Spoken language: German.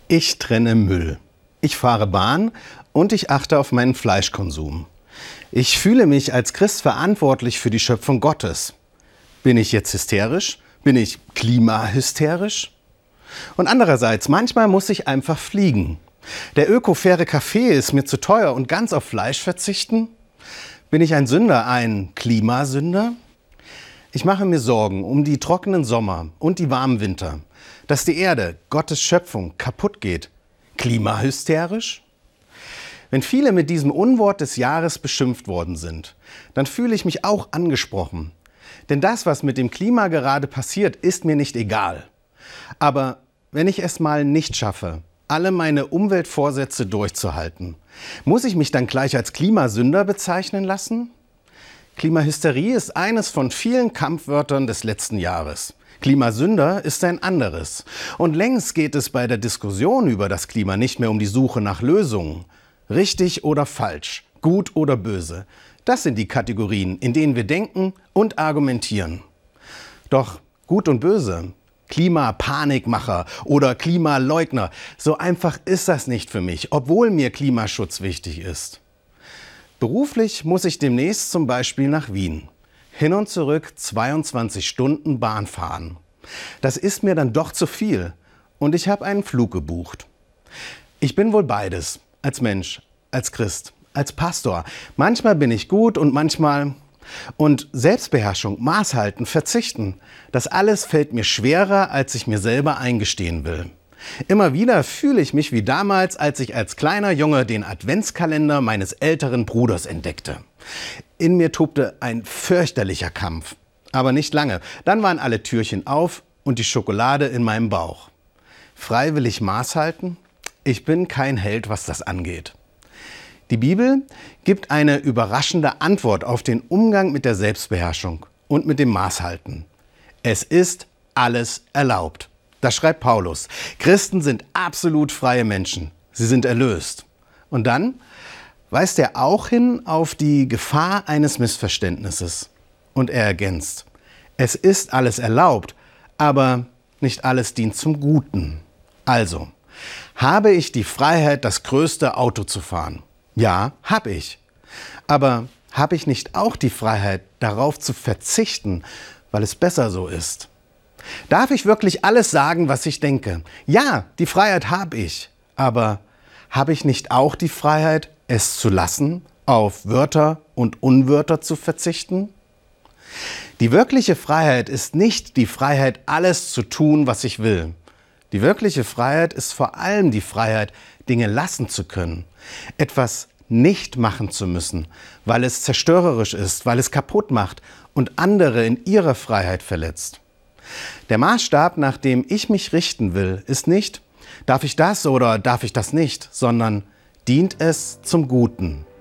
Ich trenne Müll. Ich fahre Bahn und ich achte auf meinen Fleischkonsum. Ich fühle mich als Christ verantwortlich für die Schöpfung Gottes. Bin ich jetzt hysterisch? Bin ich klimahysterisch? Und andererseits, manchmal muss ich einfach fliegen. Der öko-faire Kaffee ist mir zu teuer und ganz auf Fleisch verzichten? Bin ich ein Sünder, ein Klimasünder? Ich mache mir Sorgen um die trockenen Sommer und die warmen Winter, dass die Erde, Gottes Schöpfung, kaputt geht. Klimahysterisch? Wenn viele mit diesem Unwort des Jahres beschimpft worden sind, dann fühle ich mich auch angesprochen. Denn das, was mit dem Klima gerade passiert, ist mir nicht egal. Aber wenn ich es mal nicht schaffe, alle meine Umweltvorsätze durchzuhalten, muss ich mich dann gleich als Klimasünder bezeichnen lassen? Klimahysterie ist eines von vielen Kampfwörtern des letzten Jahres. Klimasünder ist ein anderes. Und längst geht es bei der Diskussion über das Klima nicht mehr um die Suche nach Lösungen. Richtig oder falsch, gut oder böse. Das sind die Kategorien, in denen wir denken und argumentieren. Doch gut und böse, Klimapanikmacher oder Klimaleugner, so einfach ist das nicht für mich, obwohl mir Klimaschutz wichtig ist. Beruflich muss ich demnächst zum Beispiel nach Wien. Hin und zurück 22 Stunden Bahn fahren. Das ist mir dann doch zu viel und ich habe einen Flug gebucht. Ich bin wohl beides, als Mensch, als Christ, als Pastor. Manchmal bin ich gut und manchmal... Und Selbstbeherrschung, Maß halten, verzichten, das alles fällt mir schwerer, als ich mir selber eingestehen will. Immer wieder fühle ich mich wie damals, als ich als kleiner Junge den Adventskalender meines älteren Bruders entdeckte. In mir tobte ein fürchterlicher Kampf. Aber nicht lange. Dann waren alle Türchen auf und die Schokolade in meinem Bauch. Freiwillig Maß halten? Ich bin kein Held, was das angeht. Die Bibel gibt eine überraschende Antwort auf den Umgang mit der Selbstbeherrschung und mit dem Maßhalten. Es ist alles erlaubt. Das schreibt Paulus. Christen sind absolut freie Menschen. Sie sind erlöst. Und dann weist er auch hin auf die Gefahr eines Missverständnisses. Und er ergänzt: Es ist alles erlaubt, aber nicht alles dient zum Guten. Also, habe ich die Freiheit, das größte Auto zu fahren? Ja, habe ich. Aber habe ich nicht auch die Freiheit, darauf zu verzichten, weil es besser so ist? Darf ich wirklich alles sagen, was ich denke? Ja, die Freiheit habe ich. Aber habe ich nicht auch die Freiheit, es zu lassen, auf Wörter und Unwörter zu verzichten? Die wirkliche Freiheit ist nicht die Freiheit, alles zu tun, was ich will. Die wirkliche Freiheit ist vor allem die Freiheit, Dinge lassen zu können, etwas nicht machen zu müssen, weil es zerstörerisch ist, weil es kaputt macht und andere in ihrer Freiheit verletzt. Der Maßstab, nach dem ich mich richten will, ist nicht, darf ich das oder darf ich das nicht, sondern dient es zum Guten.